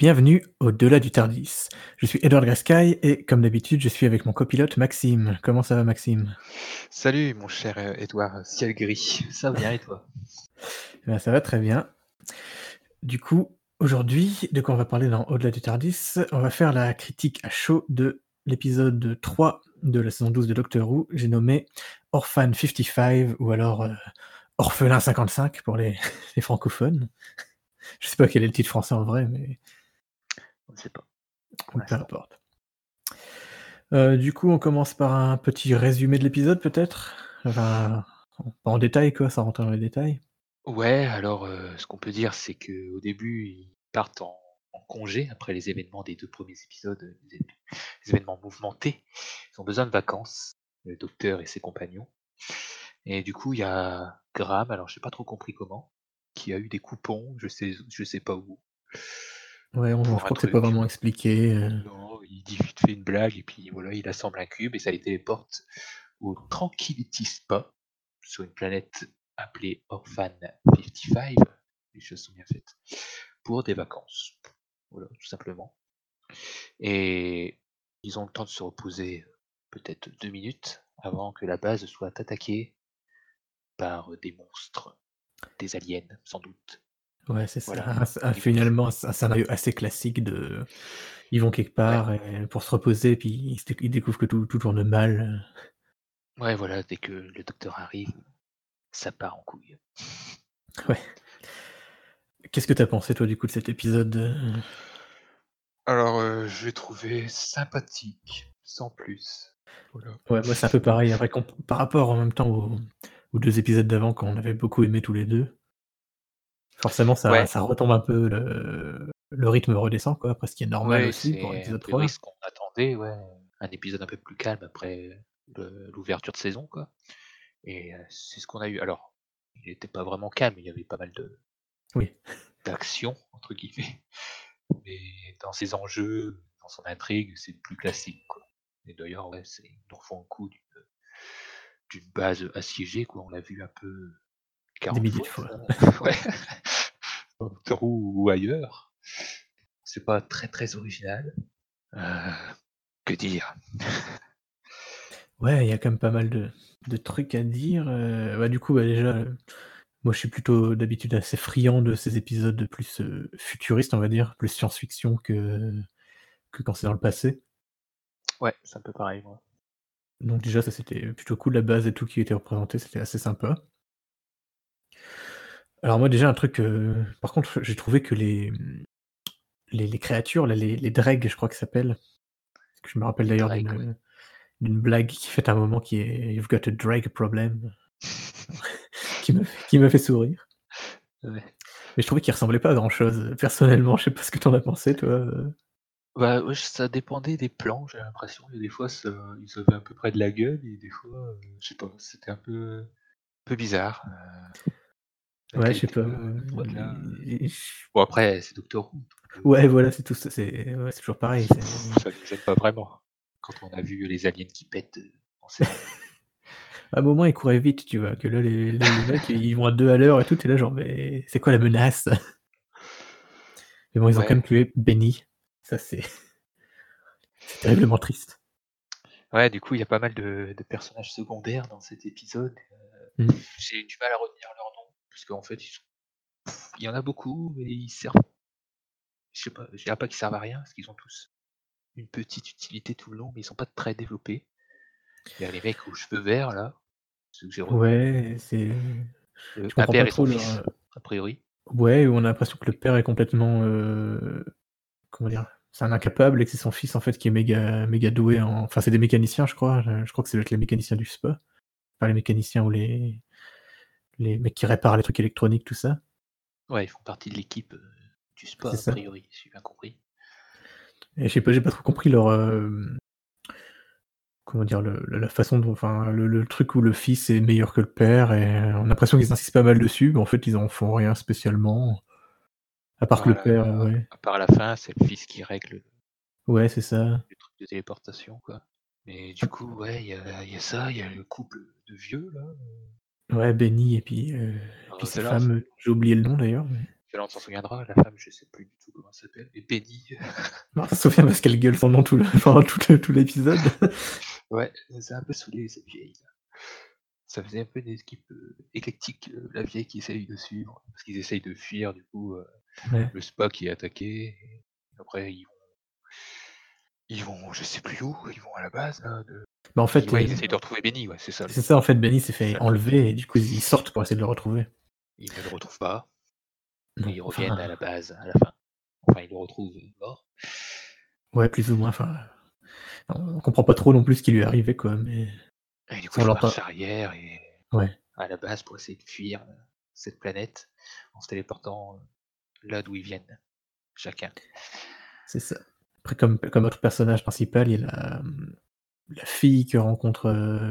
Bienvenue au-delà du Tardis. Je suis Edward Gascaille et comme d'habitude, je suis avec mon copilote Maxime. Comment ça va Maxime? Salut mon cher Edouard Ciel Gris, ça va bien et toi? Eh ben, ça va très bien. Du coup, aujourd'hui, de quoi on va parler dans Au-delà du Tardis? On va faire la critique à chaud de l'épisode 3 de la saison 12 de Doctor Who. J'ai nommé Orphan 55 ou alors Orphelin 55 pour les, les francophones. Je sais pas quel est le titre français en vrai, mais On ne sait pas pour peu l'instant. importe. Du coup, on commence par un petit résumé de l'épisode peut-être? Enfin, pas en détail quoi, sans rentrer dans les détails. Ouais, alors ce qu'on peut dire, c'est qu'au début, ils partent en congé après les événements des 2 premiers épisodes, les événements mouvementés. Ils ont besoin de vacances, le docteur et ses compagnons. Et du coup, il y a Graham, alors j'ai pas trop compris comment, qui a eu des coupons, je sais pas où, Ouais, je pour un crois que c'est pas truc. vraiment expliqué, Non, il dit vite fait une blague et puis voilà, il assemble un cube et ça les téléporte au Tranquility Spa, sur une planète appelée Orphan 55, les choses sont bien faites, pour des vacances. Voilà, tout simplement. Et ils ont le temps de se reposer peut-être 2 minutes avant que la base soit attaquée par des monstres, des aliens sans doute. ouais, c'est ça. Voilà, ils vont Finalement, un scénario assez classique de ils vont quelque ouais, part et pour se reposer, puis ils découvrent que tout tourne mal. ouais voilà, dès que le docteur arrive, ça part en couille. Ouais. Qu'est-ce que tu as pensé toi du coup de cet épisode, Alors, je l'ai trouvé sympathique, sans plus. Voilà. Ouais, moi c'est un peu pareil, après par rapport en même temps aux 2 épisodes d'avant qu'on avait beaucoup aimé tous les 2. Forcément Ouais, ça retombe un peu, le rythme redescend quoi, après ce qui est normal ouais, aussi pour c'est a l'épisode priori 3. ce qu'on attendait, ouais, un épisode un peu plus calme après l'ouverture de saison, quoi. Et c'est ce qu'on a eu. Alors, il était pas vraiment calme, il y avait pas mal de Oui. «d'action» entre guillemets, mais dans ses enjeux, dans son intrigue, c'est plus classique, quoi. Et d'ailleurs, ouais, ils nous refont un coup d'une base assiégée, quoi. On l'a vu un peu Des 40 milliers de fois fois. ça. Ouais, dans Doctor Who ou ailleurs. C'est pas très, très original. Heu, que dire? Ouais, il y a quand même pas mal de trucs à dire, bah, du coup, bah, déjà, moi je suis plutôt d'habitude assez friand de ces épisodes plus, futuristes, on va dire, plus science-fiction que quand c'est dans le passé. Ouais, c'est un peu pareil, moi. Donc déjà ça c'était plutôt cool, la base et tout qui était représenté, c'était assez sympa. Alors moi déjà un truc, par contre j'ai trouvé que les créatures là, les Dregs je crois que ça s'appelle, parce que je me rappelle Les d'ailleurs Drake, ouais. d'une blague qui fait à un moment qui est: «You've got a drag problem», qui m'a fait sourire. Ouais. Mais je trouvais qu'il ressemblait pas à grand chose, personnellement, je sais pas ce que tu en as pensé toi, Bah, ouais, ça dépendait des plans, j'ai l'impression. Il y a des fois, ça ils avaient à peu près de la gueule et des fois, je sais pas, c'était un peu bizarre, la Ouais, je sais qualité pas, de prod là. et Bon après, c'est Doctor Who, donc ouais, voilà, c'est tout ça, c'est ouais, c'est toujours pareil, c'est ça nous gêne pas vraiment. Quand on a vu les aliens qui pètent, en saison 1. à un moment, ils couraient vite, tu vois? Que là, les mecs, ils vont à 2 à l'heure et tout, tu es là genre: «Mais c'est quoi la menace?» Mais bon, ils ont quand Ouais, même tué Benny. Ça, c'est terriblement triste. ouais, du coup, il y a pas mal de personnages secondaires dans cet épisode. Mmh. J'ai du mal à retenir leurs noms, parce qu'en fait, il y en a beaucoup et ils servent, je sais pas, je dirais pas qu'ils servent à rien, parce qu'ils ont tous une petite utilité tout le long, mais ils sont pas très développés. Il y a les mecs aux cheveux verts là, ceux que j'ai retenus, Ouais, c'est je un comprends père pas et son trop fils, leur, a priori. ouais, où on a l'impression que le père est complètement, comment dire? C'est un incapable et que c'est son fils, en fait, qui est méga doué en enfin, c'est des mécaniciens, je crois, je crois que ça doit être les mécaniciens du spa. Pas les mécaniciens ou les mecs qui réparent les trucs électroniques, tout ça. Ouais, ils font partie de l'équipe, du spa C'est a ça. priori, si j'ai bien compris. Et je sais pas, j'ai pas trop compris leur, comment dire? La façon dont enfin, le truc où le fils est meilleur que le père et on a l'impression qu'ils insistent pas mal dessus, mais en fait, ils en font rien spécialement. À part que le père, ouais. À part à la fin, c'est le fils qui règle Ouais, c'est ça. le truc de téléportation, quoi. Mais du coup, ouais, il y a ça, il y a le couple de vieux là, Ouais, Benny et puis sa celle-là, femme, j'ai oublié le nom d'ailleurs, mais celle-là on s'en souviendra, la femme, je sais plus du tout elle s'appelle? Et Benny. Non, ça se souvient parce qu'elle gueule son nom pendant tout l'épisode. Ouais, c'est un peu saoulé cette vieille là. Ça faisait un peu des équipes, éclectiques, la vieille qui essaye de suivre, parce qu'ils essayent de fuir du coup, Ouais. le spa qui est attaqué et après ils vont je sais plus où, ils vont à la base là de Bah, en puis fait, ouais, ils essayent de retrouver Benny, ouais, c'est ça le c'est ça, en fait, Benny s'est c'est fait ça le truc. enlever et du coup, ils sortent pour essayer de le retrouver. Ils ne le retrouvent pas et Non, ils reviennent à enfin, la base à la fin. Enfin, ils le retrouvent, mort. ouais, plus ou moins, enfin, on comprend pas trop non plus ce qui lui est arrivé, quoi, mais Et du coup, ça, ils on font l'entend. marche arrière et Ouais, à la base pour essayer de fuir, cette planète en se téléportant, là d'où ils viennent, chacun. c'est ça. Après, comme autre personnage principal, il y a la fille que rencontre,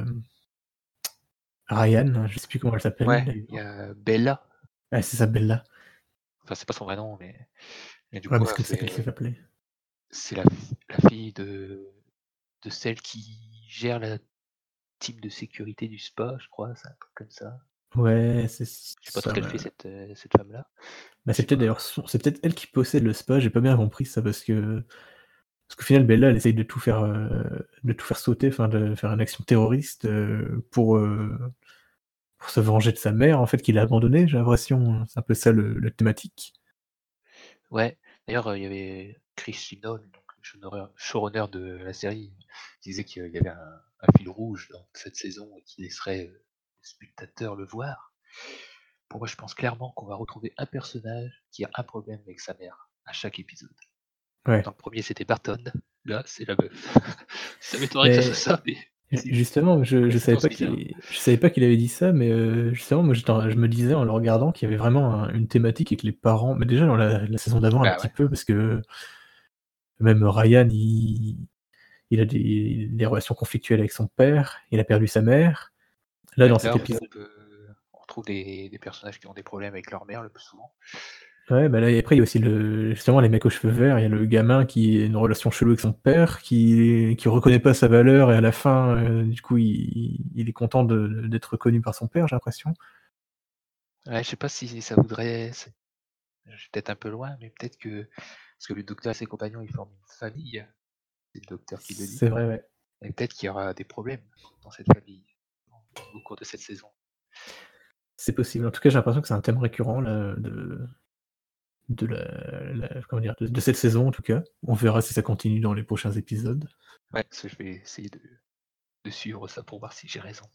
Ryan, je sais plus comment elle s'appelle Ouais, il y d'ailleurs. a Bella, Ouais, c'est ça, Bella. enfin c'est pas son vrai nom, mais du Ouais, coup, mais c'est comme ça qu'elle s'est fait appeler. c'est la fille de celle qui gère la team de sécurité du spa, je crois, c'est un truc comme ça. Ouais, c'est Je sais pas trop ce ça, qu'elle ouais, fait ouais. cette femme-là. Bah, Je c'est sais peut-être pas. d'ailleurs c'est peut-être elle qui possède le spa, j'ai pas bien compris ça parce qu'au final Bella elle essaye de tout faire sauter, enfin de faire une action terroriste, pour se venger de sa mère en fait qui l'a abandonnée, j'ai l'impression, hein. C'est un peu ça le thématique. Ouais, d'ailleurs, il y avait Chris Chibnall, donc le showrunner de la série, qui disait qu'il y avait un fil rouge dans cette saison et qui laisserait, le spectateur le voir. Pour moi, je pense clairement qu'on va retrouver un personnage qui a un problème avec sa mère, à chaque épisode. Ouais. Dans le premier, c'était Barton, là, c'est la meuf. Ça m'étonnerait que ça soit Mais ça, mais c'est juste justement, je savais coïncidence pas bizarre. qu'il avait dit ça, mais justement moi je me disais en le regardant qu'il y avait vraiment une thématique avec les parents, mais déjà dans la saison d'avant un Bah petit ouais, peu parce que même Ryan il a des relations conflictuelles avec son père, il a perdu sa mère. Là, ouais, dans là cet épisode on retrouve des personnages qui ont des problèmes avec leur mère le plus souvent. ouais, bah, là et après il y a aussi justement les mecs aux cheveux verts, il y a le gamin qui a une relation chelou avec son père, qui reconnaît pas sa valeur et à la fin, du coup il est content d'être reconnu par son père, j'ai l'impression. Ouais, je sais pas si ça voudrait je suis peut-être un peu loin, mais peut-être que parce que le docteur et ses compagnons, ils forment une famille, c'est le docteur qui le dit, C'est vrai, ouais. et peut-être qu'il y aura des problèmes dans cette famille au cours de cette saison. C'est possible. En tout cas, j'ai l'impression que c'est un thème récurrent là, de comment dire? De cette saison en tout cas. On verra si ça continue dans les prochains épisodes. Ouais, parce que je vais essayer de suivre ça pour voir si j'ai raison.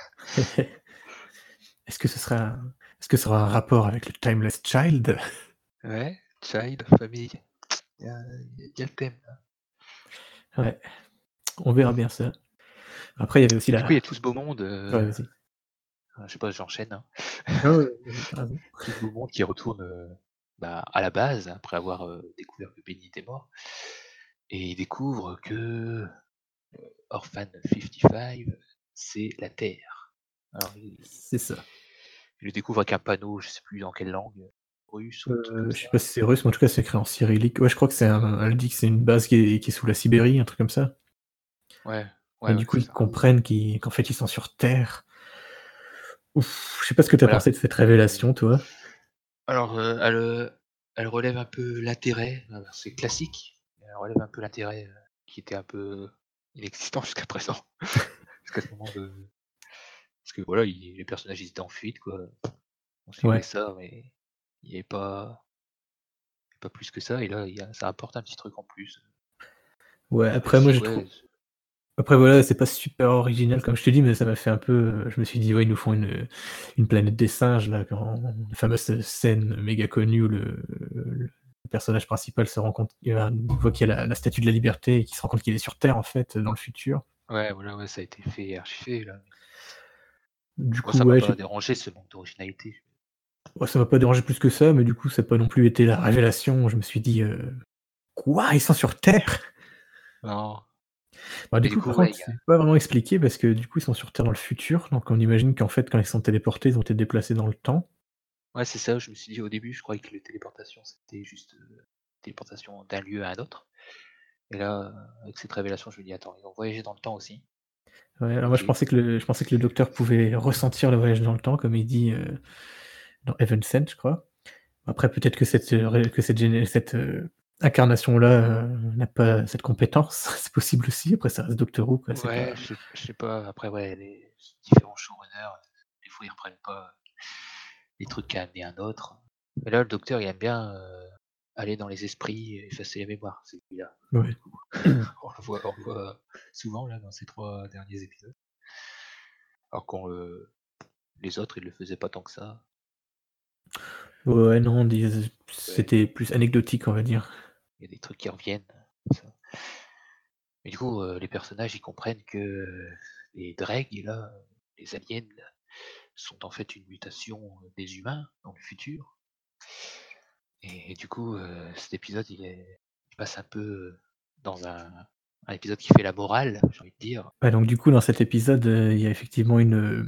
Est-ce que ce sera est-ce que ça aura un rapport avec le Timeless Child? Ouais, child, famille, il y a le thème là. Ouais, on verra bien ça. Après, il y avait aussi Et du coup, il y la a tout ce beau monde, ouais, vas-y. je sais pas, j'enchaîne, hein. Ah ouais, vas-y, tu raison. Tout ce beau monde qui retourne, bah, à la base après avoir, découvert que Benny était mort et ils découvrent que Orphan 55, c'est la Terre. Alors C'est ça. il le découvre avec un panneau, je sais plus dans quelle langue, russe ou un truc comme Je ça. sais pas si c'est russe, mais en tout cas, c'est écrit en cyrillique. Ouais, je crois que elle dit que c'est une base qui est sous la Sibérie, un truc comme ça. Ouais, Et ouais, du coup, c'est ils ça. comprennent qu'en fait, ils sont sur Terre. Ouf, je sais pas ce que tu as Voilà pensé de cette et révélation, toi? alors, elle relève un peu l'intérêt, c'est classique, mais elle relève un peu l'intérêt, qui était un peu inexistant jusqu'à présent. Jusqu'à ce moment de parce que voilà, les personnages, ils étaient en fuite, quoi. On suivait Ouais. ça, mais il y avait pas plus que ça et là, ça apporte un petit truc en plus. Ouais, Je me après moi, dis: j'ai «Ouais, trou après voilà, c'est pas super original comme je te dis, mais ça m'a fait un peu, je me suis dit: «Ouais, ils nous font une planète des singes là», quand la fameuse scène méga connue où le personnage principal se rend compte une fois qu'il y a la statue de la liberté et qu'il se rend compte qu'il est sur Terre en fait, dans le futur. ouais, voilà, ouais, ça a été fait, archi là». Du Moi, coup, ça m'a ouais, pas j'ai dérangé ce manque d'originalité. ouais, ça m'a pas dérangé plus que ça, mais du coup, ça a pas non plus été la révélation. Je me suis dit: «Quoi? Ils sont sur Terre?» Non, Bah, du mais du coup, coup, par ouais, contre, il y a c'est pas vraiment expliqué parce que du coup, ils sont sur Terre dans le futur, donc on imagine qu'en fait, quand ils sont téléportés, ils ont été déplacés dans le temps. ouais, c'est ça, je me suis dit au début, je croyais que les téléportations, c'était juste, téléportation d'un lieu à un autre et là, avec cette révélation, je me dis: «Attends, ils ont voyagé dans le temps aussi?» Ouais, alors moi OK. je pensais que le docteur pouvait ressentir le voyage dans le temps comme il dit, dans Heaven Sent, je crois. Après peut-être que cette, incarnation-là, n'a pas cette compétence. C'est possible aussi, après ça reste Doctor Who, quoi, c'est Ouais, pas je sais pas, après ouais, les différents showrunners, des fois ils reprennent pas les trucs qu'a amené un autre. Mais là, le docteur, il aime bien, aller dans les esprits, effacer les mémoires, c'est celui-là, pour ouais. le coup. On le voit souvent là dans ces 3 derniers épisodes. Alors les autres, ils le faisaient pas tant que ça. Ouais, non, Ouais, c'était plus anecdotique, on va dire. il y a des trucs qui reviennent, comme ça. Et du coup, les personnages, ils comprennent que, les Dreg là, les aliens là, sont en fait une mutation, des humains dans le futur. Et du coup, cet épisode, il passe un peu, dans un épisode qui fait la morale, j'ai envie de dire. Ouais, donc du coup, dans cet épisode, il y a effectivement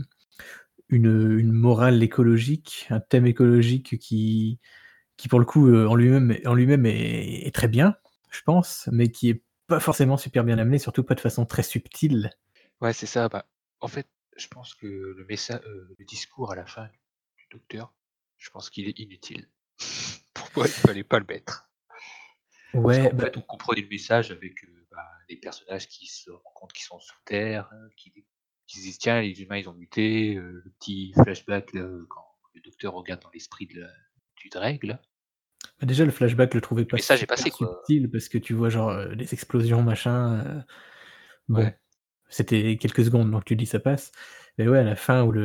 une morale écologique, un thème écologique qui pour le coup, en lui-même est très bien, je pense, mais qui est pas forcément super bien amené, surtout pas de façon très subtile. Ouais, c'est ça, bah, en fait, je pense que le discours à la fin du docteur, je pense qu'il est inutile. Pour moi, il fallait pas le mettre. Parce Ouais, qu'en bah, fait, on comprenait le message avec, les personnages qui se rendent compte qu'ils sont sous terre, qui se disent: «Tiens, les humains, ils ont muté», le petit flashback là, quand le docteur regarde dans l'esprit du Dreg là. déjà le flashback, je le trouvais Le pas message est super passé, quoi. subtil parce que tu vois genre, des explosions machin, bon, Ouais, c'était quelques secondes donc tu dis ça passe. Mais ouais, à la fin où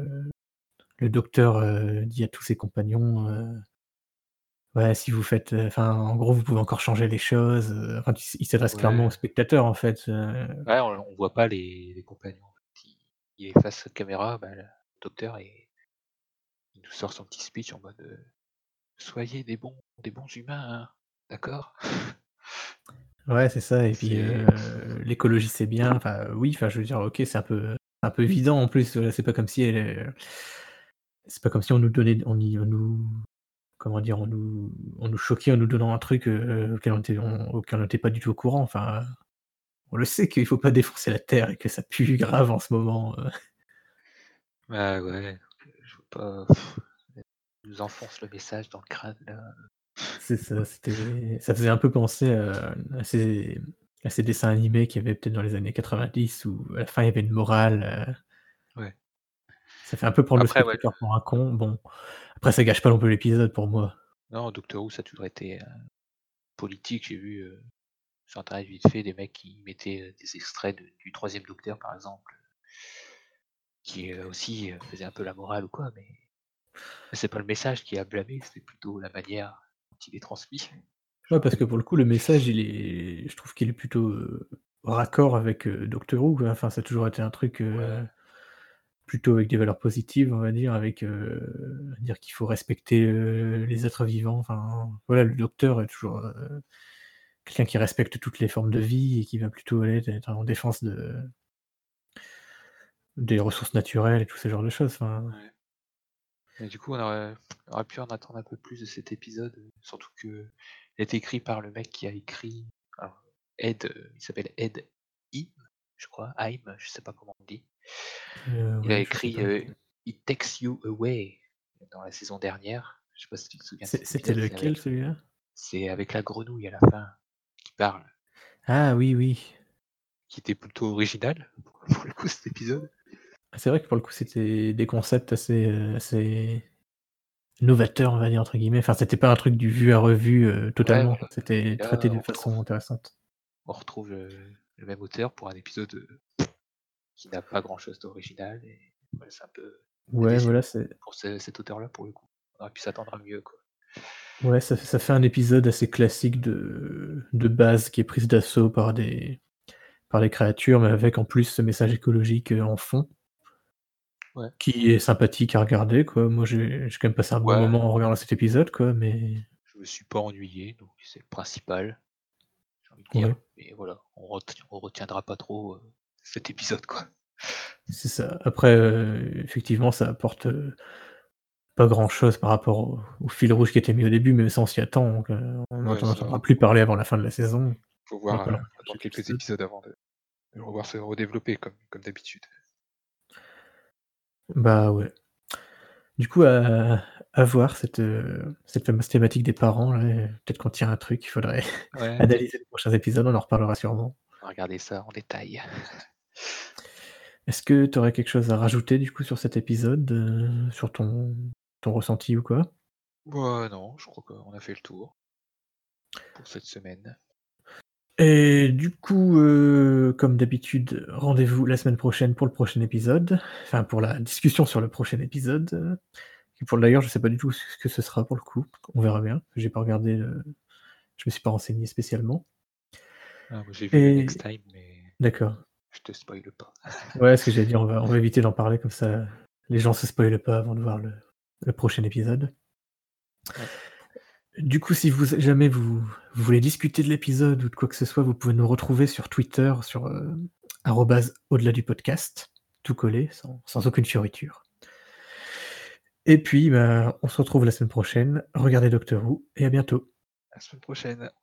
le docteur, dit à tous ses compagnons, «Ouais, si vous faites, enfin, en gros, vous pouvez encore changer les choses», enfin, il s'adresse clairement aux ouais, spectateurs, en fait, ouais, on voit pas les compagnons, en fait. Il est face à la caméra, bah, le docteur et il nous sort son petit speech en mode, «Soyez des bons humains, hein, d'accord?» ouais, c'est ça et puis, C'est l'écologie, c'est bien, enfin, oui, enfin, je veux dire, OK, c'est un peu évident, en plus, c'est pas comme si c'est pas comme si on nous donnait on nous comment dire? On nous choquait en nous donnant un truc, auquel on était pas du tout au courant, enfin, on le sait qu'il faut pas défoncer la terre et que ça pue grave en ce moment, bah, ouais, je veux pas il nous enfonce le message dans le crâne là. c'est ça, ça faisait un peu penser, à ces dessins animés qu'il y avait peut-être dans les années 90 où à la fin il y avait une morale, Ouais. ça fait un peu prendre le Après ouais, spectateur pour un con. Bon, après ça gâche pas non plus l'épisode pour moi. non, Doctor Who, ça a toujours été, politique. J'ai vu, sur internet vite fait des mecs qui mettaient, des extraits du troisième Docteur par exemple, qui, aussi, faisait un peu la morale ou quoi, mais c'est pas le message qui est à blâmer, c'est plutôt la manière dont il est transmis, je Ouais, parce que trouve. pour le coup, le message, je trouve qu'il est plutôt, raccord avec, Doctor Who, quoi. Enfin, ça a toujours été un truc, Ouais, plutôt avec des valeurs positives, on va dire, avec, dire qu'il faut respecter, les êtres vivants. Enfin, voilà, le docteur est toujours, quelqu'un qui respecte toutes les formes de vie et qui va plutôt aller être en défense des ressources naturelles et tous ces genres de choses, enfin. ouais. Et du coup, on aurait pu en attendre un peu plus de cet épisode, surtout qu'il est écrit par le mec qui a écrit alors Ed, il s'appelle Ed Im, je crois, Haim, je sais pas comment on dit. Il a Ouais, je sais écrit, pas non plus. It Takes You Away dans la saison dernière. Je sais pas si tu te souviens de cet C'était épisode, lequel celui-là? c'est avec la grenouille à la fin qui parle, Ah oui, oui. qui était plutôt original pour le coup cet épisode. C'est vrai que pour le coup, c'était des concepts assez novateur, on va dire, entre guillemets. Enfin, c'était pas un truc du vu à revu, Ouais, totalement. voilà. Et C'était traité là, de façon intéressante. on retrouve le même auteur pour un épisode, qui n'a pas grand-chose d'original et ouais, c'est un peu Ouais, déçu voilà, c'est pour cet auteur-là, pour le coup. On aurait pu s'attendre à mieux, quoi. ouais, ça fait un épisode assez classique de base qui est prise d'assaut par des créatures, mais avec en plus ce message écologique, en fond, Ouais. qui est sympathique à regarder, quoi. Moi, j'ai quand même passé un bon Ouais, moment en regardant cet épisode, quoi, mais je me suis pas ennuyé, donc c'est le principal, j'ai envie de ouais, dire. Mais voilà, on retiendra pas trop, cet épisode, quoi. c'est ça. Après, effectivement, ça apporte, pas grand-chose par rapport au fil rouge qui était mis au début, mais ça, on s'y attend, donc on Ouais, n'en ça, entendra plus parler avant la fin de la saison. faut On va voir, pas non plus attendre chaque quelques épisode. épisodes avant de le revoir se redévelopper comme d'habitude. Bah, ouais. Du coup, à voir cette fameuse thématique des parents là, peut-être qu'on tire un truc, il faudrait Ouais, analyser les prochains épisodes, on en reparlera sûrement. on va regarder ça en détail. Est-ce que tu aurais quelque chose à rajouter du coup sur cet épisode, sur ton ressenti ou quoi? Bah, non, je crois qu'on a fait le tour pour cette semaine. Et du coup, comme d'habitude, rendez-vous la semaine prochaine pour le prochain épisode, enfin pour la discussion sur le prochain épisode, qui pour d'ailleurs je sais pas du tout ce que ce sera pour le coup, on verra bien. J'ai pas regardé le je me suis pas renseigné spécialement Ah, moi j'ai vu le Next et Time, mais d'accord. je te spoile pas. Ouais, ce que j'allais dire, on va éviter d'en parler comme ça, les gens se spoilent pas avant de voir le prochain épisode. Ouais. Du coup, si jamais vous voulez discuter de l'épisode ou de quoi que ce soit, vous pouvez nous retrouver sur Twitter sur, @au-delà du podcast, tout collé, sans aucune fioriture. Et puis, bah, on se retrouve la semaine prochaine. Regardez Doctor Who et à bientôt. À la semaine prochaine.